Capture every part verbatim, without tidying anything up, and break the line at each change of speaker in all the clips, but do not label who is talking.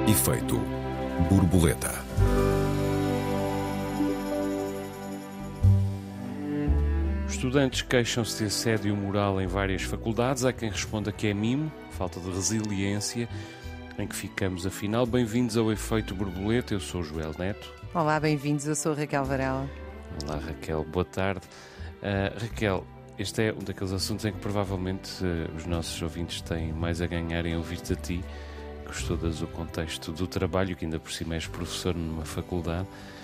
Efeito borboleta.
Estudantes queixam-se de assédio moral em várias faculdades. Há quem responda que é mimo, falta de resiliência. Em que ficamos, afinal? Bem-vindos ao Efeito Borboleta. Eu sou o Joel Neto.
Olá, bem-vindos. Eu sou a Raquel Varela.
Olá, Raquel. Boa tarde. Uh, Raquel, este é um daqueles assuntos em que provavelmente uh, os nossos ouvintes têm mais a ganhar em ouvir-te a ti, que estudas o contexto do trabalho, que ainda por cima és professor numa faculdade,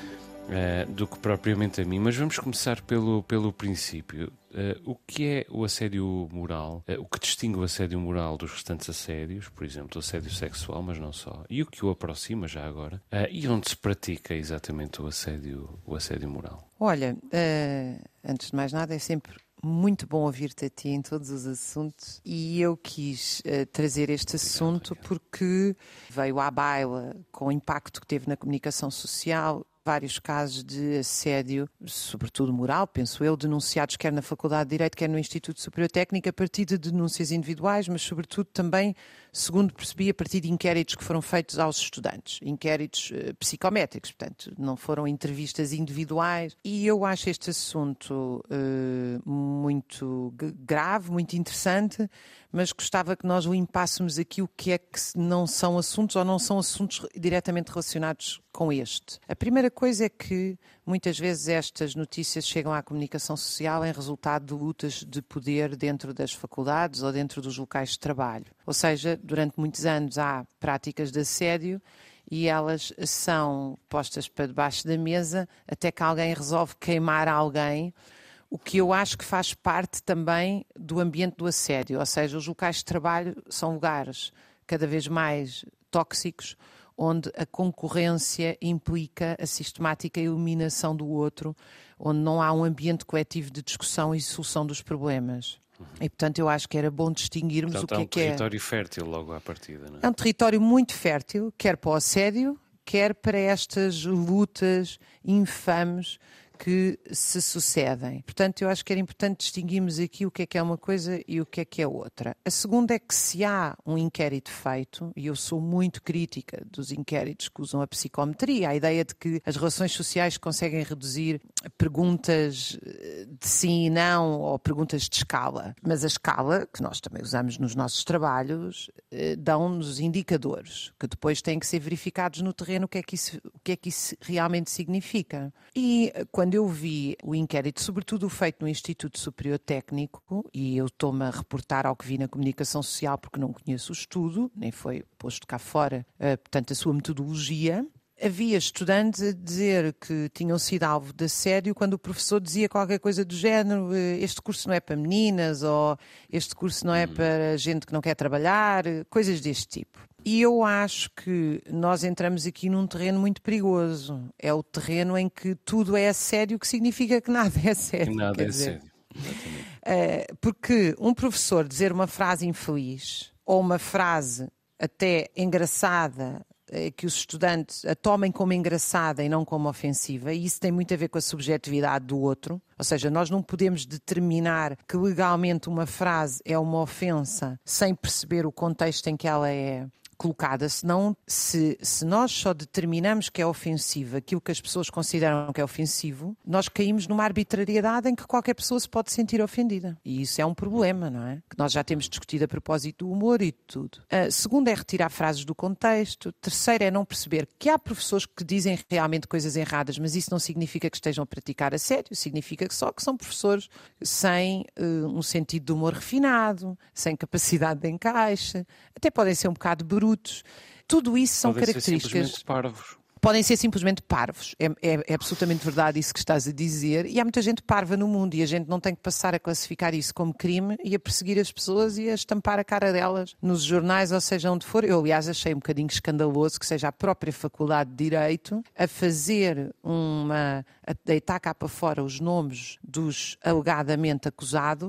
uh, do que propriamente a mim. Mas vamos começar pelo, pelo princípio. Uh, o que é o assédio moral? Uh, o que distingue o assédio moral dos restantes assédios, por exemplo, o assédio sexual, mas não só, e o que o aproxima já agora? Uh, e onde se pratica exatamente o assédio, o assédio moral?
Olha, uh, antes de mais nada, é sempre muito bom ouvir-te a ti em todos os assuntos, e eu quis uh, trazer este
Obrigado,
assunto
Raquel.
Porque veio à baila com o impacto que teve na comunicação social. Vários casos de assédio, sobretudo moral, penso eu, denunciados quer na Faculdade de Direito, quer no Instituto Superior Técnico, a partir de denúncias individuais, mas sobretudo também, segundo percebi, a partir de inquéritos que foram feitos aos estudantes, inquéritos uh, psicométricos, portanto, não foram entrevistas individuais. E eu acho este assunto uh, muito grave, muito interessante, mas gostava que nós limpássemos aqui o que é que não são assuntos ou não são assuntos diretamente relacionados com este. A primeira coisa é que muitas vezes estas notícias chegam à comunicação social em resultado de lutas de poder dentro das faculdades ou dentro dos locais de trabalho. Ou seja, durante muitos anos há práticas de assédio e elas são postas para debaixo da mesa até que alguém resolve queimar alguém, o que eu acho que faz parte também do ambiente do assédio. Ou seja, os locais de trabalho são lugares cada vez mais tóxicos, onde a concorrência implica a sistemática eliminação do outro, onde não há um ambiente coletivo de discussão e solução dos problemas. Uhum. E, portanto, eu acho que era bom distinguirmos
Portanto,
o que
é
é
um
que é.
território fértil logo à partida, não é?
É um território muito fértil, quer para o assédio, quer para estas lutas infames que se sucedem. Portanto, eu acho que era importante distinguirmos aqui o que é que é uma coisa e o que é que é outra. A segunda é que se há um inquérito feito, e eu sou muito crítica dos inquéritos que usam a psicometria, a ideia de que as relações sociais conseguem reduzir perguntas de sim e não ou perguntas de escala. Mas a escala, que nós também usamos nos nossos trabalhos, dão-nos indicadores que depois têm que ser verificados no terreno o que é que isso, o que é que isso realmente significa. E quando Quando eu vi o inquérito, sobretudo o feito no Instituto Superior Técnico, e eu estou-me a reportar ao que vi na comunicação social porque não conheço o estudo, nem foi posto cá fora, uh, portanto, a sua metodologia, havia estudantes a dizer que tinham sido alvo de assédio quando o professor dizia qualquer coisa do género: este curso não é para meninas, ou este curso não é para gente que não quer trabalhar, coisas deste tipo. E eu acho que nós entramos aqui num terreno muito perigoso. É o terreno em que tudo é assédio, que significa que nada é assédio.
Que nada é
dizer.
assédio. Exatamente.
É, porque um professor dizer uma frase infeliz ou uma frase até engraçada, que os estudantes a tomem como engraçada e não como ofensiva, e isso tem muito a ver com a subjetividade do outro. Ou seja, nós não podemos determinar que legalmente uma frase é uma ofensa sem perceber o contexto em que ela é colocada, senão se, se nós só determinamos que é ofensiva aquilo que as pessoas consideram que é ofensivo, nós caímos numa arbitrariedade em que qualquer pessoa se pode sentir ofendida. E isso é um problema, não é? Que nós já temos discutido a propósito do humor e de tudo. Uh, segundo é retirar frases do contexto. Terceiro é não perceber que há professores que dizem realmente coisas erradas, mas isso não significa que estejam a praticar assédio, significa só que são professores sem uh, um sentido de humor refinado, sem capacidade de encaixe, até podem ser um bocado brutos. Tudo isso são
Podem
características.
ser simplesmente parvos.
Podem ser simplesmente parvos. É, é, é absolutamente verdade isso que estás a dizer. E há muita gente parva no mundo e a gente não tem que passar a classificar isso como crime e a perseguir as pessoas e a estampar a cara delas nos jornais, ou seja, onde for. Eu, aliás, achei um bocadinho escandaloso que seja a própria Faculdade de Direito a fazer uma... a deitar cá para fora os nomes dos alegadamente acusados,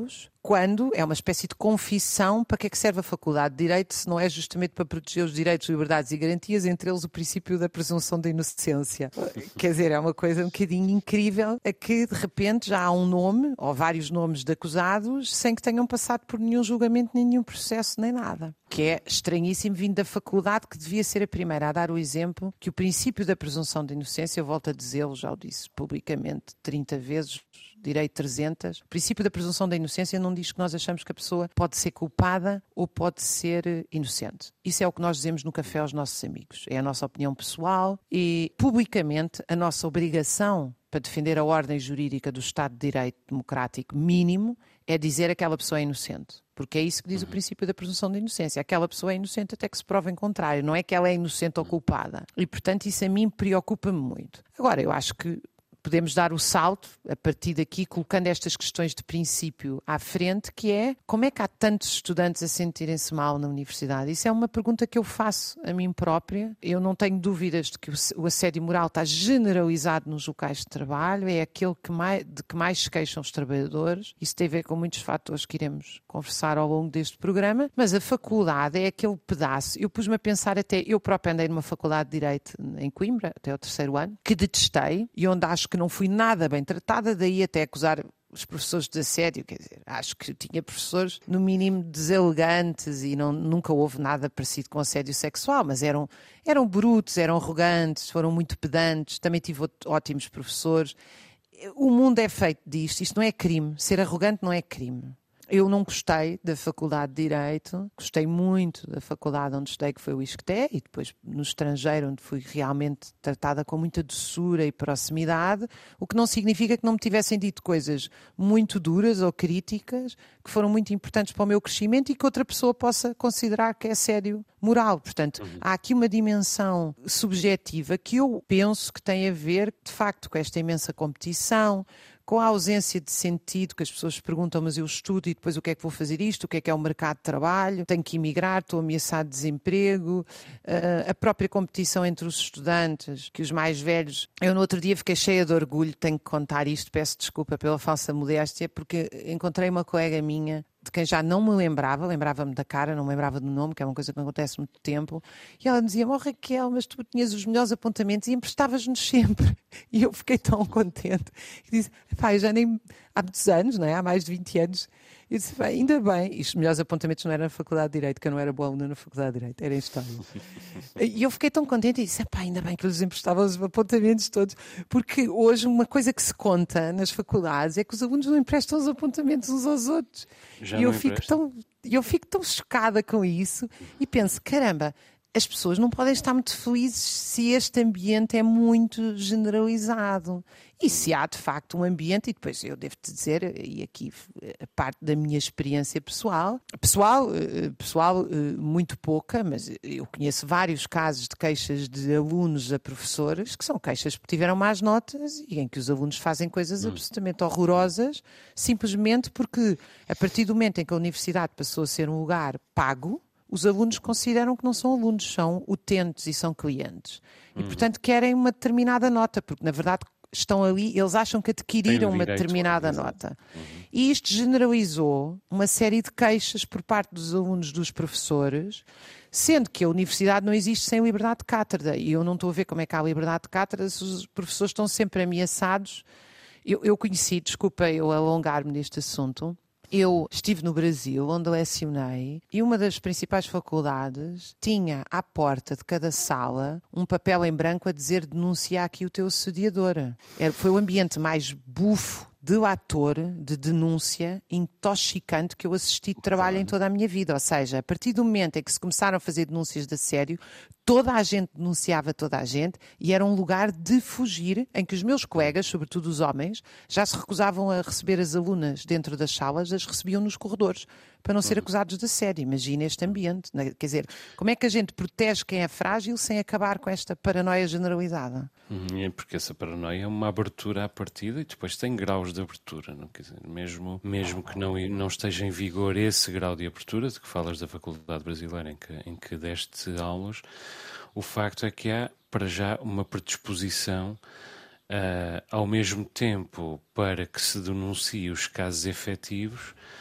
quando é uma espécie de confissão para que é que serve a Faculdade de Direito, se não é justamente para proteger os direitos, liberdades e garantias, entre eles o princípio da presunção de inocência. Quer dizer, é uma coisa um bocadinho incrível, a que de repente já há um nome, ou vários nomes de acusados, sem que tenham passado por nenhum julgamento, nem nenhum processo, nem nada. Que é estranhíssimo vindo da faculdade, que devia ser a primeira a dar o exemplo que o princípio da presunção de inocência, eu volto a dizê-lo, já o disse publicamente trinta vezes, direi trezentas, o princípio da presunção da inocência não diz que nós achamos que a pessoa pode ser culpada ou pode ser inocente. Isso é o que nós dizemos no café aos nossos amigos. É a nossa opinião pessoal e, publicamente, a nossa obrigação para defender a ordem jurídica do Estado de Direito democrático mínimo é dizer que aquela pessoa é inocente. Porque é isso que diz o princípio da presunção de inocência. Aquela pessoa é inocente até que se prove em contrário. Não é que ela é inocente ou culpada. E, portanto, isso a mim preocupa-me muito. Agora, eu acho que podemos dar o salto, a partir daqui, colocando estas questões de princípio à frente, que é como é que há tantos estudantes a sentirem-se mal na universidade? Isso é uma pergunta que eu faço a mim própria. Eu não tenho dúvidas de que o assédio moral está generalizado nos locais de trabalho, é aquele que mais, de que mais se queixam os trabalhadores. Isso tem a ver com muitos fatores que iremos conversar ao longo deste programa, mas a faculdade é aquele pedaço. Eu pus-me a pensar até, eu própria andei numa faculdade de Direito em Coimbra, até o terceiro ano, que detestei e onde acho que não fui nada bem tratada, daí até acusar os professores de assédio, quer dizer, acho que tinha professores no mínimo deselegantes e não, nunca houve nada parecido com assédio sexual, mas eram, eram brutos, eram arrogantes, foram muito pedantes, também tive ótimos professores. O mundo é feito disto, isto não é crime, ser arrogante não é crime. Eu não gostei da Faculdade de Direito, gostei muito da faculdade onde estudei, que foi o ISCTE, e depois no estrangeiro, onde fui realmente tratada com muita doçura e proximidade, o que não significa que não me tivessem dito coisas muito duras ou críticas, que foram muito importantes para o meu crescimento e que outra pessoa possa considerar que é assédio moral. Portanto, uhum. há aqui uma dimensão subjetiva que eu penso que tem a ver, de facto, com esta imensa competição, com a ausência de sentido, que as pessoas perguntam, mas eu estudo e depois o que é que vou fazer isto, o que é que é o mercado de trabalho, tenho que emigrar, estou ameaçado de desemprego, uh, a própria competição entre os estudantes, que os mais velhos... Eu no outro dia fiquei cheia de orgulho, tenho que contar isto, peço desculpa pela falsa modéstia, porque encontrei uma colega minha, de quem já não me lembrava, lembrava-me da cara, não me lembrava do nome, que é uma coisa que não acontece há muito tempo, e ela me dizia, oh Raquel, mas tu tinhas os melhores apontamentos e emprestavas-nos sempre. E eu fiquei tão contente. E disse, pá, eu já nem... Há muitos anos, não é? Há mais de vinte anos. Eu disse, pá, ainda bem. E os melhores apontamentos não eram na Faculdade de Direito, que eu não era boa aluna na Faculdade de Direito, era em História. E eu fiquei tão contente e disse, pá, ainda bem que eu lhes emprestava os apontamentos todos, porque hoje uma coisa que se conta nas faculdades é que os alunos não emprestam os apontamentos uns aos outros.
Já
e eu
não
fico, tão, eu fico tão chocada com isso e penso, caramba, as pessoas não podem estar muito felizes se este ambiente é muito generalizado. E se há, de facto, um ambiente, e depois eu devo-te dizer, e aqui a parte da minha experiência pessoal, pessoal, pessoal muito pouca, mas eu conheço vários casos de queixas de alunos a professores, que são queixas porque tiveram más notas e em que os alunos fazem coisas absolutamente horrorosas, simplesmente porque, a partir do momento em que a universidade passou a ser um lugar pago, os alunos consideram que não são alunos, são utentes e são clientes. E, portanto, querem uma determinada nota, porque, na verdade, estão ali, eles acham que adquiriram uma determinada nota. Uhum. E isto generalizou uma série de queixas por parte dos alunos dos professores, sendo que a universidade não existe sem liberdade de cátedra. E eu não estou a ver como é que há liberdade de cátedra se os professores estão sempre ameaçados. Eu, eu conheci, desculpa eu alongar-me neste assunto, eu estive no Brasil, onde lecionei, e uma das principais faculdades tinha à porta de cada sala um papel em branco a dizer denuncia aqui o teu assediador. Era, foi o ambiente mais bufo, delator, de denúncia, intoxicante que eu assisti de trabalho em toda a minha vida. Ou seja, a partir do momento em que se começaram a fazer denúncias de assédio, toda a gente denunciava toda a gente e era um lugar de fugir em que os meus colegas, sobretudo os homens, já se recusavam a receber as alunas dentro das salas, as recebiam nos corredores para não ser acusados de assédio. Imagina este ambiente. Né? Quer dizer, como é que a gente protege quem é frágil sem acabar com esta paranoia generalizada?
É porque essa paranoia é uma abertura à partida e depois tem graus de abertura. Não? Quer dizer, mesmo, mesmo que não, não esteja em vigor esse grau de abertura, de que falas da Faculdade Brasileira em que, em que deste aulas, o facto é que há, para já, uma predisposição uh, ao mesmo tempo para que se denuncie os casos efetivos,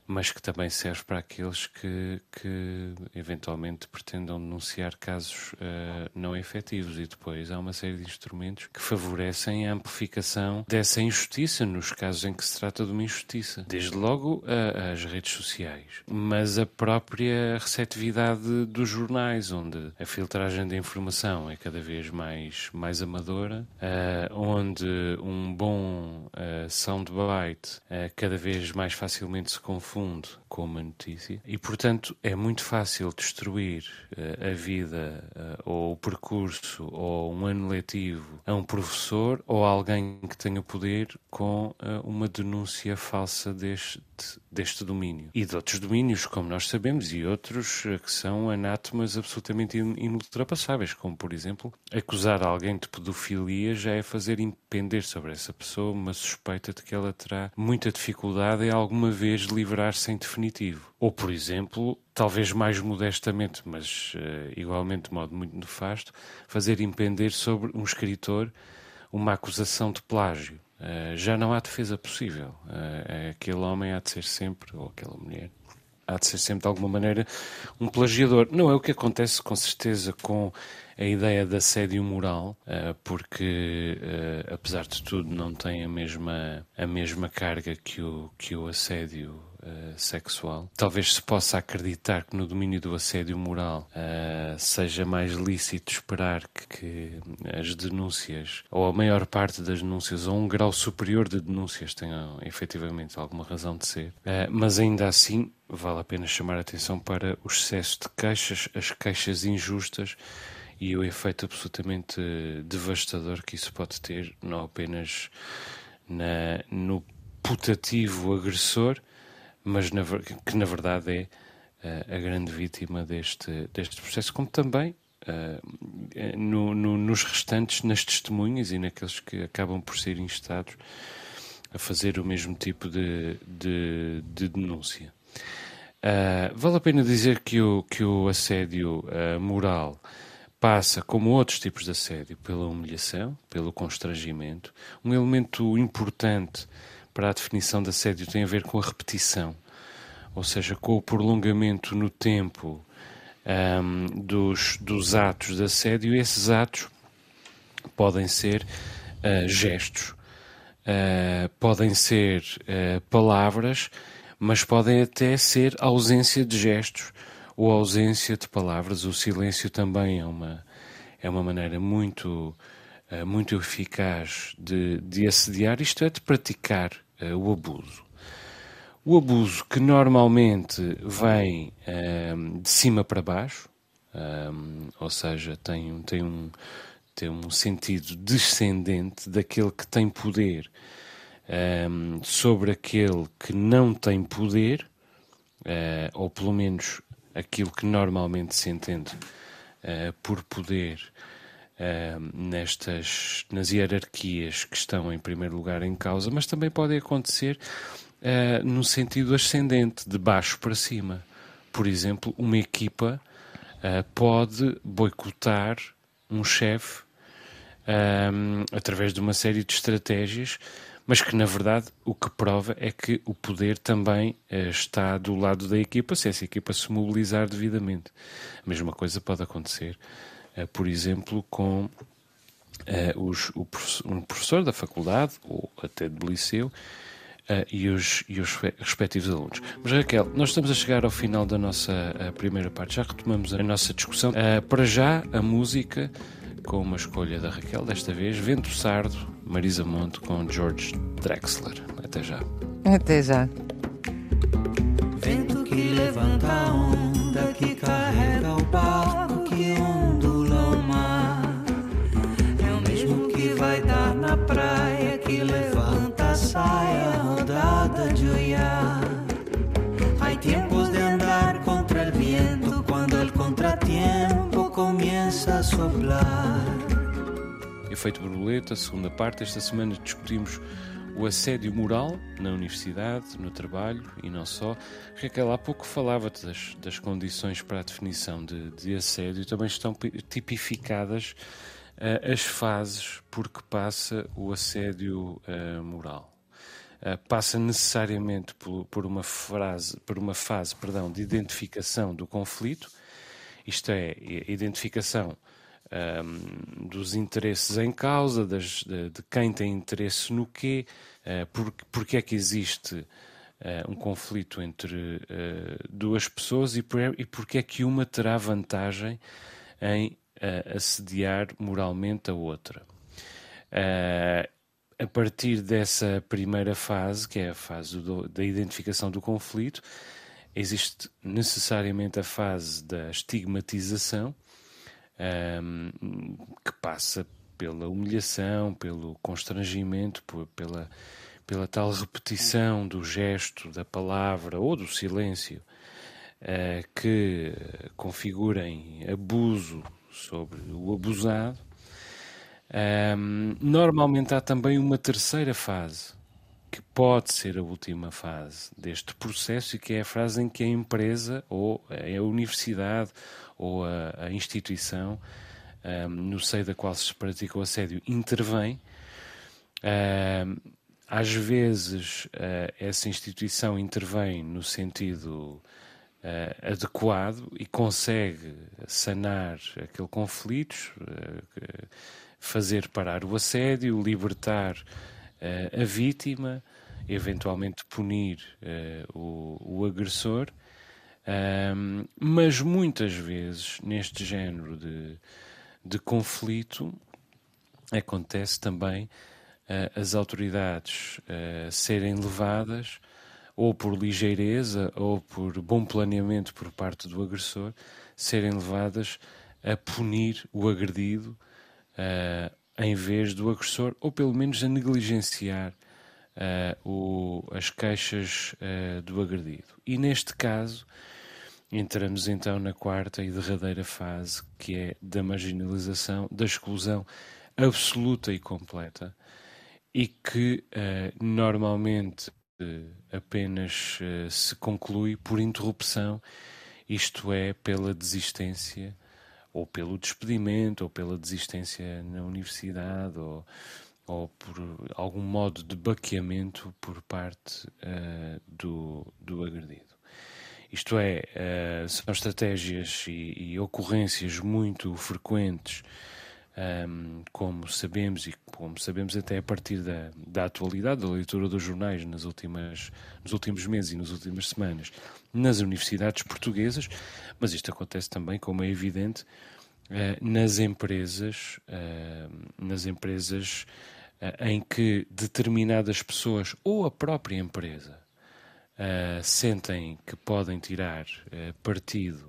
mas que também serve para aqueles que, que eventualmente pretendam denunciar casos uh, não efetivos. E depois há uma série de instrumentos que favorecem a amplificação dessa injustiça nos casos em que se trata de uma injustiça. Desde logo a, as redes sociais, mas a própria receptividade dos jornais, onde a filtragem da informação é cada vez mais, mais amadora, uh, onde um bom uh, soundbite uh, cada vez mais facilmente se confunde com uma notícia e, portanto, é muito fácil destruir uh, a vida uh, ou o percurso ou um ano letivo a um professor ou a alguém que tenha poder com uh, uma denúncia falsa deste, deste domínio. E de outros domínios, como nós sabemos, e outros uh, que são anátemas absolutamente in- inultrapassáveis, como, por exemplo, acusar alguém de pedofilia já é fazer impender sobre essa pessoa uma suspeita de que ela terá muita dificuldade em alguma vez livrar-se em definitivo. Ou, por exemplo, talvez mais modestamente, mas uh, igualmente de modo muito nefasto, fazer impender sobre um escritor uma acusação de plágio. Uh, já não há defesa possível. Uh, aquele homem há de ser sempre, ou aquela mulher, há de ser sempre de alguma maneira um plagiador. Não é o que acontece com certeza com a ideia de assédio moral, porque apesar de tudo não tem a mesma, a mesma carga que o, que o assédio Uh, sexual. Talvez se possa acreditar que no domínio do assédio moral uh, seja mais lícito esperar que, que as denúncias, ou a maior parte das denúncias, ou um grau superior de denúncias tenham efetivamente alguma razão de ser. Uh, mas ainda assim vale a pena chamar a atenção para o excesso de queixas, as queixas injustas e o efeito absolutamente devastador que isso pode ter, não apenas na, no putativo agressor, mas na, que na verdade é uh, a grande vítima deste, deste processo, como também uh, no, no, nos restantes, nas testemunhas e naqueles que acabam por ser instados a fazer o mesmo tipo de, de, de denúncia. Uh, vale a pena dizer que o, que o assédio uh, moral passa, como outros tipos de assédio, pela humilhação, pelo constrangimento. Um elemento importante para a definição de assédio tem a ver com a repetição, ou seja, com o prolongamento no tempo um, dos, dos atos de assédio. E esses atos podem ser uh, gestos, uh, podem ser uh, palavras, mas podem até ser ausência de gestos ou ausência de palavras. O silêncio também é uma, é uma maneira muito, uh, muito eficaz de, de assediar, isto é, de praticar uh, o abuso. O abuso que normalmente vem um, de cima para baixo, um, ou seja, tem, tem, um, tem um sentido descendente daquele que tem poder um, sobre aquele que não tem poder, uh, ou pelo menos aquilo que normalmente se entende uh, por poder uh, nestas, nas hierarquias que estão em primeiro lugar em causa, mas também pode acontecer Uh, no sentido ascendente, de baixo para cima. Por exemplo, uma equipa uh, pode boicotar um chefe um, através de uma série de estratégias, mas que, na verdade, o que prova é que o poder também uh, está do lado da equipa, se essa equipa se mobilizar devidamente. A mesma coisa pode acontecer, uh, por exemplo, com uh, os, o, um professor da faculdade, ou até do liceu, Uh, e, os, e os respectivos alunos. Mas, Raquel, nós estamos a chegar ao final da nossa uh, primeira parte, já retomamos a nossa discussão. Uh, para já, a música, com uma escolha da Raquel, desta vez, Vento Sardo, Marisa Monte com George Drexler. Até já.
Até já.
Vento que levanta a onda, que carrega o barco, que ondula o mar. É o mesmo que vai dar na praia, que levanta a saia rodada de olhar. Hay tiempos de andar contra el viento, cuando el contratiempo comienza a soplar.
Efeito borboleta, segunda parte. Esta semana discutimos o assédio moral na universidade, no trabalho e não só. Raquel, há pouco falava-te das, das condições para a definição de, de assédio. Também estão tipificadas uh, as fases por que passa o assédio uh, moral. uh, passa necessariamente por, por uma frase, por uma fase, perdão, de identificação do conflito, isto é, a identificação um, dos interesses em causa, das, de, de quem tem interesse no quê, uh, por, porque é que existe uh, um conflito entre uh, duas pessoas e, por, e porque é que uma terá vantagem em uh, assediar moralmente a outra. Uh, a partir dessa primeira fase, que é a fase do, da identificação do conflito, existe necessariamente a fase da estigmatização, um, que passa pela humilhação, pelo constrangimento, por, pela, pela tal repetição do gesto, da palavra ou do silêncio, uh, que configurem abuso sobre o abusado. Um, normalmente há também uma terceira fase, que pode ser a última fase deste processo, e que é a fase em que a empresa ou a universidade ou a, a instituição um, no seio da qual se pratica o assédio intervém. Um, às vezes uh, essa instituição intervém no sentido uh, adequado e consegue sanar aquele conflito, uh, fazer parar o assédio, libertar uh, a vítima, eventualmente punir uh, o, o agressor, um, mas muitas vezes neste género de, de conflito acontece também uh, as autoridades uh, serem levadas, ou por ligeireza ou por bom planeamento por parte do agressor, serem levadas a punir o agredido Uh, em vez do agressor, ou pelo menos a negligenciar uh, o, as queixas uh, do agredido. E neste caso entramos então na quarta e derradeira fase, que é da marginalização, da exclusão absoluta e completa, e que uh, normalmente uh, apenas uh, se conclui por interrupção, isto é, pela desistência, ou pelo despedimento, ou pela desistência na universidade, ou, ou por algum modo de baqueamento por parte uh, do, do agredido. Isto é, uh, são estratégias e, e ocorrências muito frequentes, um, como sabemos, e como sabemos até a partir da, da atualidade, da leitura dos jornais nas últimas, nos últimos meses e nas últimas semanas, nas universidades portuguesas, mas isto acontece também, como é evidente, uh, nas empresas, uh, nas empresas uh, em que determinadas pessoas ou a própria empresa uh, sentem que podem tirar uh, partido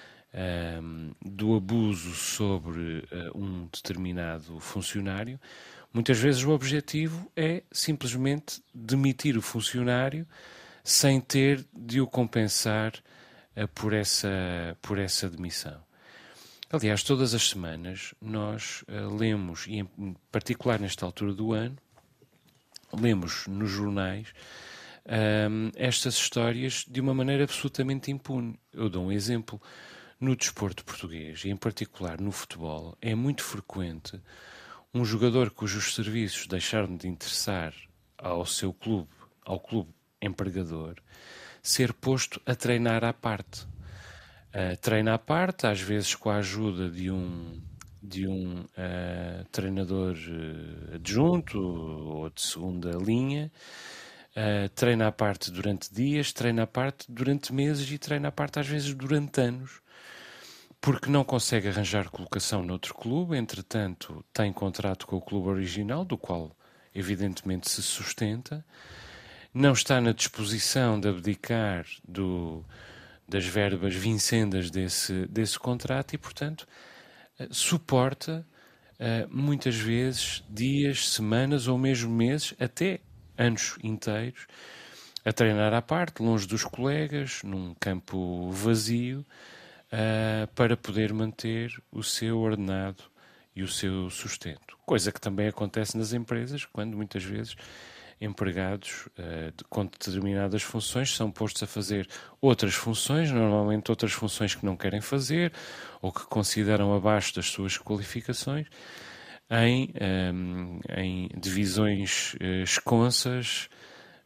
um, do abuso sobre uh, um determinado funcionário. Muitas vezes o objetivo é simplesmente demitir o funcionário sem ter de o compensar uh, por essa, por essa demissão. Aliás, todas as semanas nós uh, lemos, e em particular nesta altura do ano, lemos nos jornais um, estas histórias de uma maneira absolutamente impune. Eu dou um exemplo. No desporto português, e em particular no futebol, é muito frequente um jogador cujos serviços deixaram de interessar ao seu clube, ao clube empregador, ser posto a treinar à parte. Uh, treina à parte, às vezes com a ajuda de um, de um uh, treinador uh, adjunto ou de segunda linha, uh, treina à parte durante dias, treina à parte durante meses e treina à parte às vezes durante anos, porque não consegue arranjar colocação noutro clube, entretanto tem contrato com o clube original, do qual evidentemente se sustenta, não está na disposição de abdicar do, das verbas vincendas desse, desse contrato e, portanto, suporta uh, muitas vezes dias, semanas ou mesmo meses, até anos inteiros, a treinar à parte, longe dos colegas, num campo vazio, Uh, para poder manter o seu ordenado e o seu sustento. Coisa que também acontece nas empresas, quando muitas vezes empregados uh, de, com determinadas funções são postos a fazer outras funções, normalmente outras funções que não querem fazer ou que consideram abaixo das suas qualificações, em, um, em divisões uh, esconsas,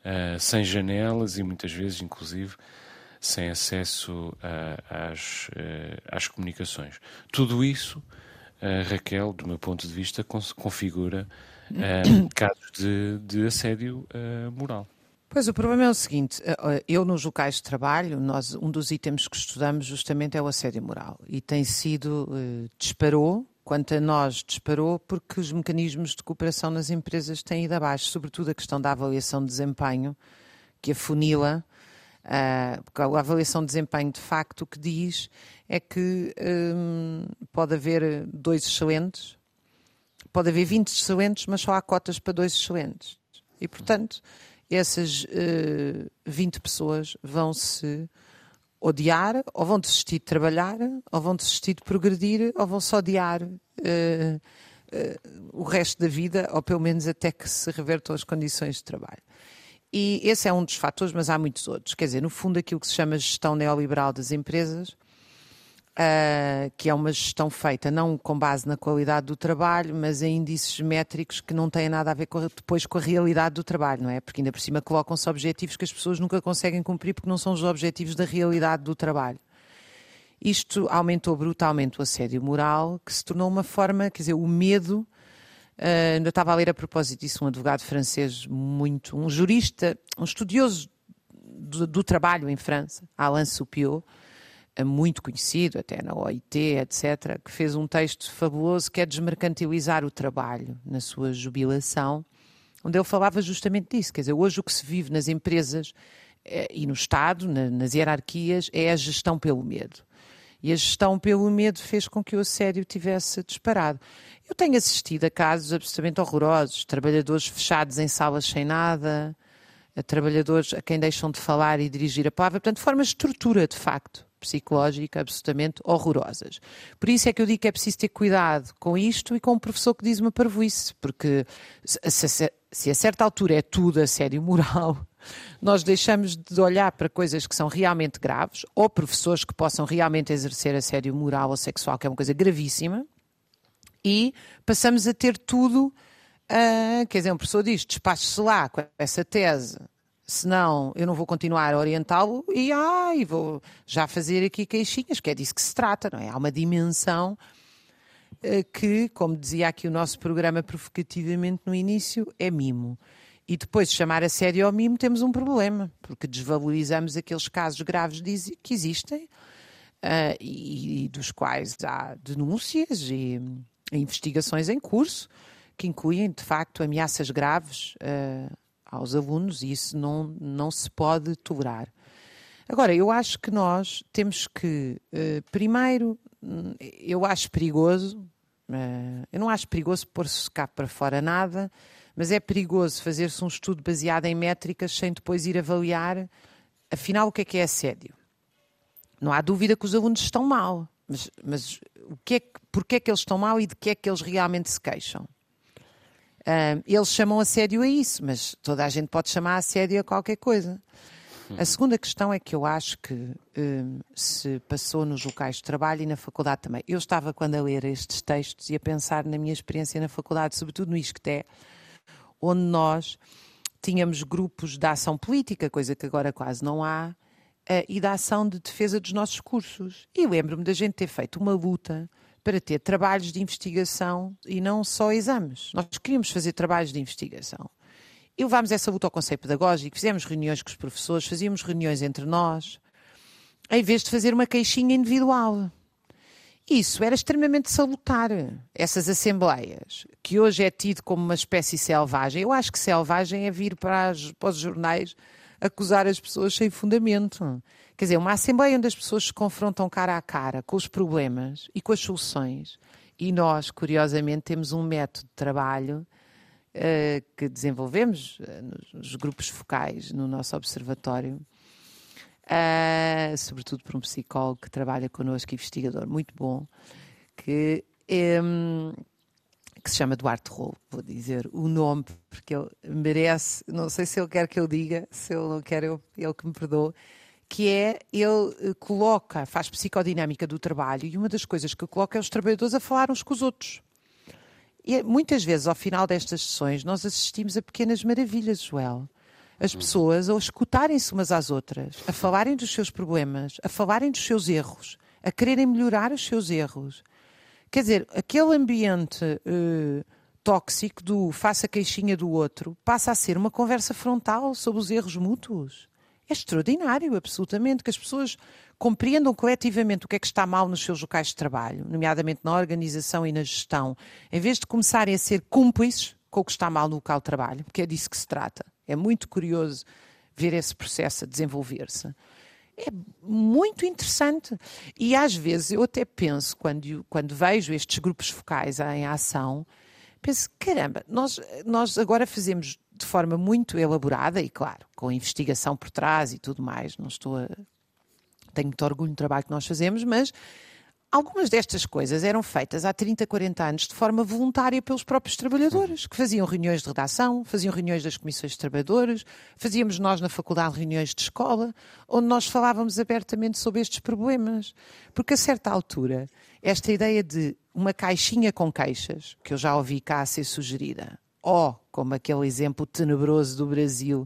uh, sem janelas e muitas vezes, inclusive, sem acesso uh, às, uh, às comunicações. Tudo isso, uh, Raquel, do meu ponto de vista, configura uh, casos de, de assédio uh, moral.
Pois, o problema é o seguinte, eu nos locais de trabalho, nós, um dos itens que estudamos justamente é o assédio moral e tem sido, eh, disparou, quanto a nós disparou, porque os mecanismos de cooperação nas empresas têm ido abaixo, sobretudo a questão da avaliação de desempenho, que afunila, uh, porque a avaliação de desempenho de facto o que diz é que um, pode haver dois excelentes, pode haver vinte excelentes, mas só há cotas para dois excelentes e portanto essas uh, vinte pessoas vão se odiar, ou vão desistir de trabalhar, ou vão desistir de progredir, ou vão só odiar uh, uh, o resto da vida, ou pelo menos até que se revertam as condições de trabalho. E esse é um dos fatores, mas há muitos outros. Quer dizer, no fundo, aquilo que se chama gestão neoliberal das empresas, Uh, que é uma gestão feita não com base na qualidade do trabalho, mas em índices métricos que não têm nada a ver com, depois com a realidade do trabalho, não é? Porque ainda por cima colocam-se objetivos que as pessoas nunca conseguem cumprir porque não são os objetivos da realidade do trabalho. Isto aumentou brutalmente o assédio moral, que se tornou uma forma, quer dizer, o medo. Uh, eu estava a ler a propósito disso um advogado francês muito, um jurista, um estudioso do, do trabalho em França, Alain Soupiot, muito conhecido, até na O I T, etcétera, que fez um texto fabuloso que é desmercantilizar o trabalho na sua jubilação, onde ele falava justamente disso. Quer dizer, hoje o que se vive nas empresas é, e no Estado, na, nas hierarquias, é a gestão pelo medo. E a gestão pelo medo fez com que o assédio tivesse disparado. Eu tenho assistido a casos absolutamente horrorosos, trabalhadores fechados em salas sem nada, a trabalhadores a quem deixam de falar e dirigir a palavra, portanto, formas de tortura, de facto, psicológica, absolutamente horrorosas. Por isso é que eu digo que é preciso ter cuidado com isto e com o professor que diz uma parvoíce, porque se, se, se a certa altura é tudo assédio moral, nós deixamos de olhar para coisas que são realmente graves, ou professores que possam realmente exercer assédio moral ou sexual, que é uma coisa gravíssima, e passamos a ter tudo, uh, quer dizer, um professor diz, despache-se lá com essa tese, senão eu não vou continuar a orientá-lo e ai, vou já fazer aqui queixinhas, que é disso que se trata, não é? Há uma dimensão uh, que, como dizia aqui o nosso programa provocativamente no início, é mimo. E depois de chamar assédio ao mimo temos um problema, porque desvalorizamos aqueles casos graves que existem uh, e, e dos quais há denúncias e, e investigações em curso que incluem, de facto, ameaças graves uh, aos alunos, e isso não, não se pode tolerar. Agora, eu acho que nós temos que, uh, primeiro, eu acho perigoso, uh, eu não acho perigoso pôr-se cá para fora nada, mas é perigoso fazer-se um estudo baseado em métricas sem depois ir avaliar, afinal, o que é que é assédio. Não há dúvida que os alunos estão mal, mas, mas o que é que, porquê é que eles estão mal e de que é que eles realmente se queixam? Uh, eles chamam assédio a isso, mas toda a gente pode chamar assédio a qualquer coisa. A segunda questão é que eu acho que um, se passou nos locais de trabalho e na faculdade também. Eu estava, quando a ler estes textos, e a pensar na minha experiência na faculdade, sobretudo no ISCTE, onde nós tínhamos grupos de ação política, coisa que agora quase não há, uh, e da ação de defesa dos nossos cursos. E lembro-me da gente ter feito uma luta para ter trabalhos de investigação e não só exames. Nós queríamos fazer trabalhos de investigação. E levámos essa luta ao Conselho Pedagógico, fizemos reuniões com os professores, fazíamos reuniões entre nós, em vez de fazer uma queixinha individual. Isso era extremamente salutar. Essas assembleias, que hoje é tido como uma espécie selvagem, eu acho que selvagem é vir para, as, para os jornais acusar as pessoas sem fundamento. Quer dizer, uma assembleia onde as pessoas se confrontam cara a cara com os problemas e com as soluções. E nós, curiosamente, temos um método de trabalho uh, que desenvolvemos uh, nos grupos focais, no nosso observatório, uh, sobretudo por um psicólogo que trabalha connosco, investigador muito bom, que, um, que se chama Duarte Rolo. Vou dizer o nome, porque ele merece, não sei se ele quer que eu diga, se ele não quer, eu, ele que me perdoe, que é, ele coloca, faz psicodinâmica do trabalho, e uma das coisas que ele coloca é os trabalhadores a falar uns com os outros. E muitas vezes, ao final destas sessões, nós assistimos a pequenas maravilhas, Joel. as pessoas a escutarem-se umas às outras, a falarem dos seus problemas, a falarem dos seus erros, a quererem melhorar os seus erros. Quer dizer, aquele ambiente uh, tóxico do faça queixinha do outro passa a ser uma conversa frontal sobre os erros mútuos. É extraordinário, absolutamente, que as pessoas compreendam coletivamente o que é que está mal nos seus locais de trabalho, nomeadamente na organização e na gestão, em vez de começarem a ser cúmplices com o que está mal no local de trabalho, porque é disso que se trata. É muito curioso ver esse processo a desenvolver-se. É muito interessante. E às vezes eu até penso, quando, quando vejo estes grupos focais em ação, penso, caramba, nós, nós agora fazemos de forma muito elaborada e, claro, com investigação por trás e tudo mais, não estou a... tenho muito orgulho no trabalho que nós fazemos, mas algumas destas coisas eram feitas há trinta, quarenta anos de forma voluntária pelos próprios trabalhadores, que faziam reuniões de redação, faziam reuniões das comissões de trabalhadores, fazíamos nós na faculdade reuniões de escola, onde nós falávamos abertamente sobre estes problemas. Porque a certa altura, esta ideia de uma caixinha com queixas, que eu já ouvi cá a ser sugerida, ou como aquele exemplo tenebroso do Brasil,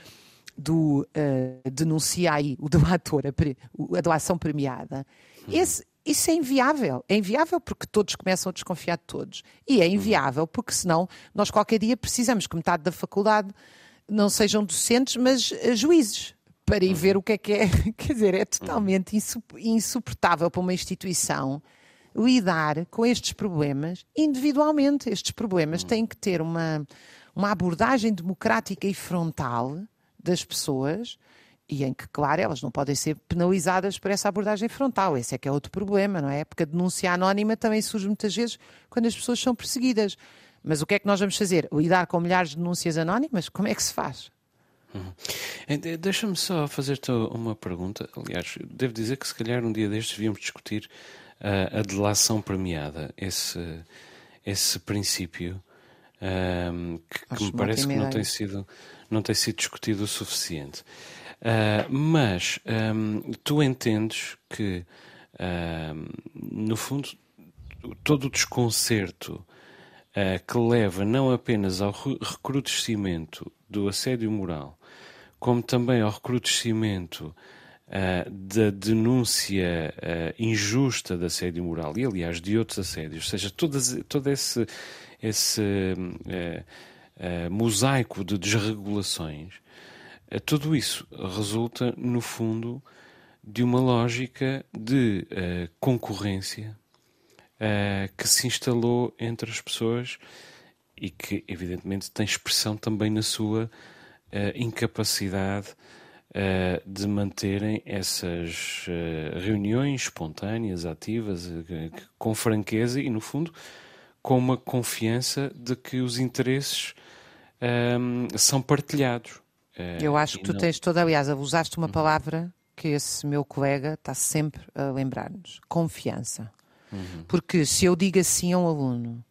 do uh, denuncia aí, o delator, a, a delação premiada, uhum. esse, isso é inviável. É inviável porque todos começam a desconfiar de todos. E é inviável porque senão nós qualquer dia precisamos que metade da faculdade não sejam docentes, mas uh, juízes, para ir uhum. ver o que é que é. Quer dizer, é totalmente insuportável para uma instituição lidar com estes problemas individualmente. Estes problemas uhum. têm que ter uma, uma abordagem democrática e frontal das pessoas, e em que, claro, elas não podem ser penalizadas por essa abordagem frontal. Esse é que é outro problema, não é? Porque a denúncia anónima também surge muitas vezes quando as pessoas são perseguidas. Mas o que é que nós vamos fazer? Lidar com milhares de denúncias anónimas? Como é que se faz?
Uhum. Deixa-me só fazer-te uma pergunta. Aliás, devo dizer que se calhar um dia destes devíamos discutir uh, a delação premiada, esse, esse princípio um, que, que me parece que não tem sido... não tem sido discutido o suficiente. Uh, mas um, tu entendes que, uh, no fundo, todo o desconcerto uh, que leva não apenas ao recrudescimento do assédio moral, como também ao recrudescimento uh, da denúncia uh, injusta de assédio moral, e aliás de outros assédios, ou seja, todas, todo esse... esse uh, Uh, mosaico de desregulações, uh, tudo isso resulta, no fundo, de uma lógica de uh, concorrência uh, que se instalou entre as pessoas e que, evidentemente, tem expressão também na sua uh, incapacidade uh, de manterem essas uh, reuniões espontâneas, ativas, uh, com franqueza e, no fundo, com uma confiança de que os interesses um, são partilhados. Uh,
Eu acho que tu
não...
tens toda, aliás, usaste uma palavra que esse meu colega está sempre a lembrar-nos: confiança. Uhum. Porque se eu digo assim a um aluno,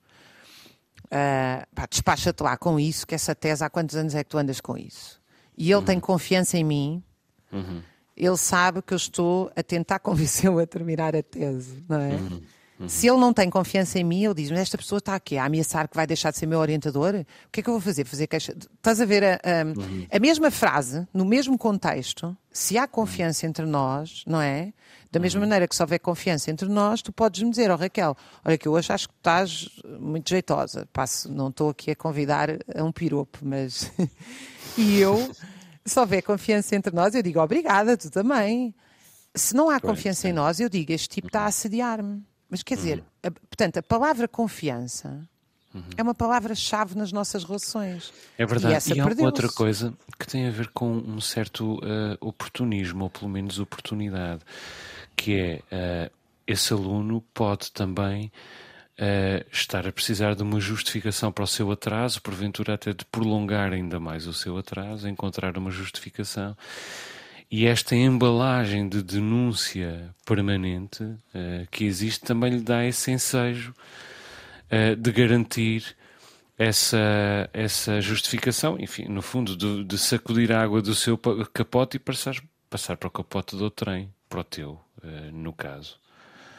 uh, pá, despacha-te lá com isso, que essa tese, há quantos anos é que tu andas com isso? E ele uhum. tem confiança em mim, uhum. ele sabe que eu estou a tentar convencê-lo a terminar a tese, não é? Uhum. Uhum. Se ele não tem confiança em mim, ele diz, mas esta pessoa está aqui a ameaçar que vai deixar de ser meu orientador, o que é que eu vou fazer? Fazer queixa? Estás a ver a, a, uhum. a mesma frase, no mesmo contexto, se há confiança uhum. entre nós, não é? Da mesma uhum. maneira que se houver confiança entre nós, tu podes-me dizer, ó oh, Raquel, olha que eu hoje acho que estás muito jeitosa, passo, não estou aqui a convidar a um piropo, mas... e eu, se houver confiança entre nós, eu digo, obrigada, tu também. Se não há confiança em nós, eu digo, este tipo está a assediar-me. Mas quer dizer, a, portanto, a palavra confiança uhum. é uma palavra-chave nas nossas relações.
É verdade.
E, essa
e há
perdeu-se.
outra coisa que tem a ver com um certo uh, oportunismo, ou pelo menos oportunidade, que é, uh, esse aluno pode também uh, estar a precisar de uma justificação para o seu atraso, porventura até de prolongar ainda mais o seu atraso, encontrar uma justificação. E esta embalagem de denúncia permanente uh, que existe também lhe dá esse ensejo uh, de garantir essa, essa justificação, enfim, no fundo, de, de sacudir a água do seu capote e passar, passar para o capote do trem, para o teu, uh, no caso.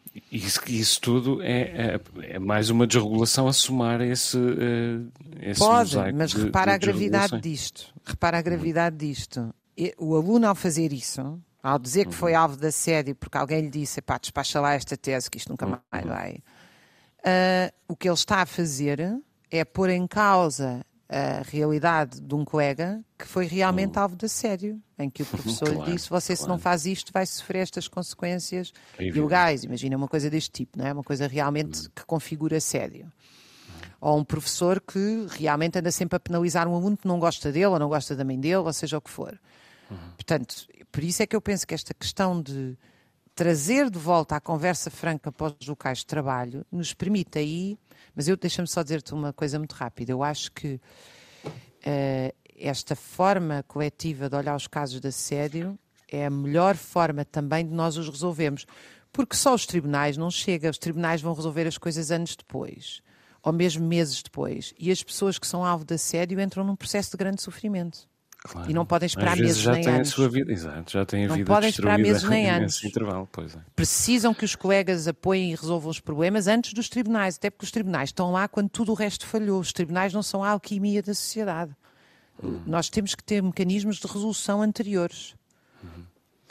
Isso, isso tudo é, é, é mais uma desregulação a somar esse, uh, esse
Pode,
mosaico
mas
de,
repara
de
a gravidade disto. Repara a gravidade disto. E o aluno, ao fazer isso, ao dizer que foi alvo de assédio porque alguém lhe disse, pá, despacha lá esta tese que isto nunca mais vai, uh, o que ele está a fazer é pôr em causa a realidade de um colega que foi realmente alvo de assédio, em que o professor
Claro,
lhe disse, você se
claro.
não faz isto vai sofrer estas consequências
É evidente.
ilegais. Imagina uma coisa deste tipo, não é? Uma coisa realmente que configura assédio. Ou um professor que realmente anda sempre a penalizar um aluno que não gosta dele, ou não gosta da mãe dele, ou seja o que for. Portanto, por isso é que eu penso que esta questão de trazer de volta a conversa franca para os locais de trabalho nos permite aí, mas eu deixa-me só dizer-te uma coisa muito rápida. Eu acho que uh, esta forma coletiva de olhar os casos de assédio é a melhor forma também de nós os resolvermos. Porque só os tribunais não chegam, os tribunais vão resolver as coisas anos depois, ou mesmo meses depois. E as pessoas que são alvo de assédio entram num processo de grande sofrimento.
Claro.
E não podem esperar
Às vezes
meses
já
nem
têm
anos.
A sua vida, exato, já têm a
Não
vida
podem esperar
destruída
meses nem anos.
nesse intervalo, pois é.
Precisam que os colegas apoiem e resolvam os problemas antes dos tribunais, até porque os tribunais estão lá quando tudo o resto falhou. Os tribunais não são a alquimia da sociedade. Hum. Nós temos que ter mecanismos de resolução anteriores.
Uhum.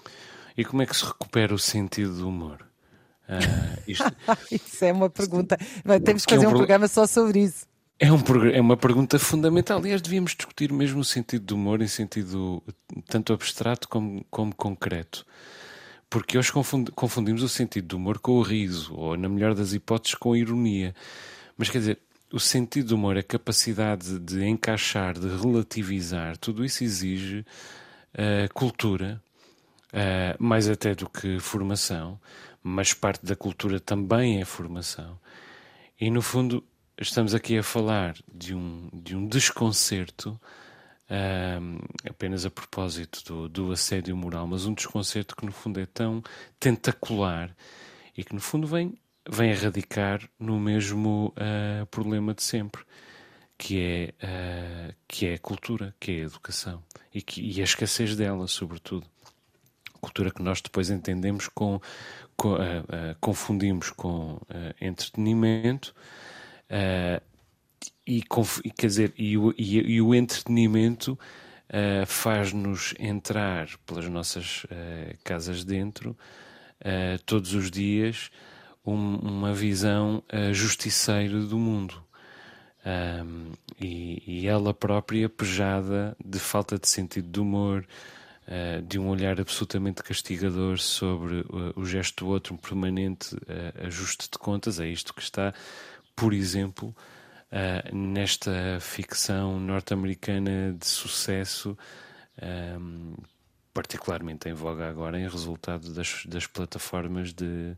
E como é que se recupera o sentido do humor? Uh, isto...
Isso é uma pergunta. Bem, temos que fazer
é um,
um
pro...
programa só sobre isso.
É, um, é uma pergunta fundamental. Aliás, devíamos discutir mesmo o sentido do humor em sentido tanto abstrato como, como concreto. Porque hoje confund, confundimos o sentido do humor com o riso, ou, na melhor das hipóteses, com a ironia. Mas, quer dizer, o sentido do humor, a capacidade de encaixar, de relativizar, tudo isso exige uh, cultura, uh, mais até do que formação, mas parte da cultura também é formação. E, no fundo, estamos aqui a falar de um, de um desconcerto, um, apenas a propósito do, do assédio moral, mas um desconcerto que no fundo é tão tentacular e que no fundo vem, vem a radicar no mesmo uh, problema de sempre, que é, uh, que é a cultura, que é a educação e, que, e a escassez dela, sobretudo. Cultura que nós depois entendemos com, com uh, uh, confundimos com uh, entretenimento. Uh, e, e, quer dizer, e, o, e, e o entretenimento uh, faz-nos entrar pelas nossas uh, casas dentro uh, todos os dias um, uma visão uh, justiceira do mundo um, e, e ela própria pejada de falta de sentido de humor, uh, de um olhar absolutamente castigador sobre uh, o gesto do outro, um permanente uh, ajuste de contas. É isto que está, por exemplo, uh, nesta ficção norte-americana de sucesso, um, particularmente em voga agora, em resultado das, das plataformas de,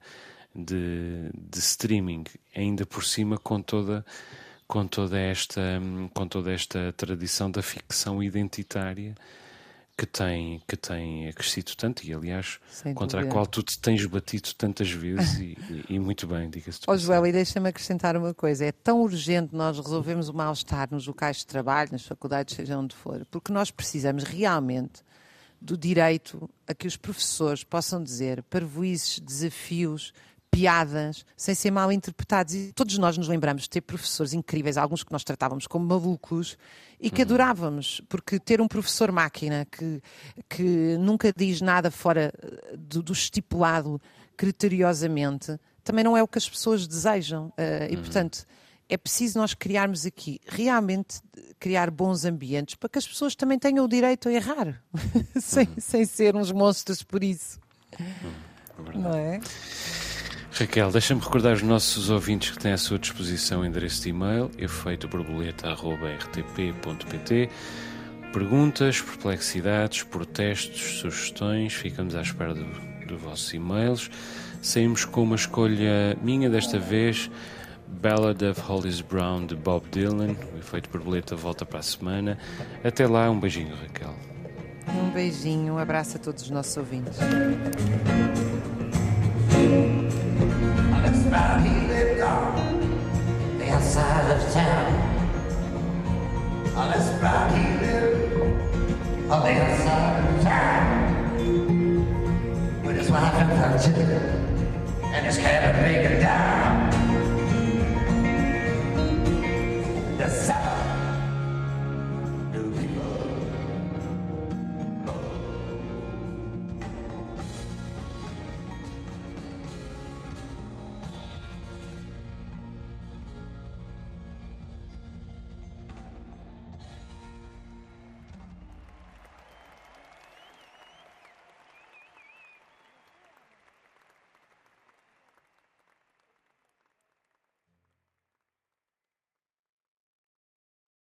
de, de streaming, ainda por cima com toda, com, toda esta, com toda esta tradição da ficção identitária que tem, que tem crescido tanto e, aliás, sem contra dúvida. A qual tu te tens batido tantas vezes e, e, e muito bem, diga-se.
Ó Joel, e deixa-me acrescentar uma coisa. É tão urgente nós resolvermos o mal-estar nos locais de trabalho, nas faculdades, seja onde for, porque nós precisamos realmente do direito a que os professores possam dizer parvoíces, desafios, piadas, sem ser mal interpretados. E todos nós nos lembramos de ter professores incríveis, alguns que nós tratávamos como malucos e que uhum. adorávamos, porque ter um professor máquina que, que nunca diz nada fora do, do estipulado criteriosamente, também não é o que as pessoas desejam. Uh, e, uhum. portanto, é preciso nós criarmos aqui, realmente criar bons ambientes para que as pessoas também tenham o direito a errar, sem, uhum. sem ser uns monstros por isso. Uhum. Não é?
Raquel, deixa-me recordar os nossos ouvintes que têm à sua disposição o endereço de e-mail efeito borboleta arroba r t p ponto p t. Perguntas, perplexidades, protestos, sugestões, ficamos à espera dos do vossos e-mails. Saímos com uma escolha minha desta vez, Ballad of Hollis Brown, de Bob Dylan. O Efeito Borboleta volta para a semana. Até lá, um beijinho, Raquel.
Um beijinho, um abraço a todos os nossos ouvintes.
About he lived on the outside of town. That's about he lived on the outside of town with his wife and her children.
and his cabin make it down.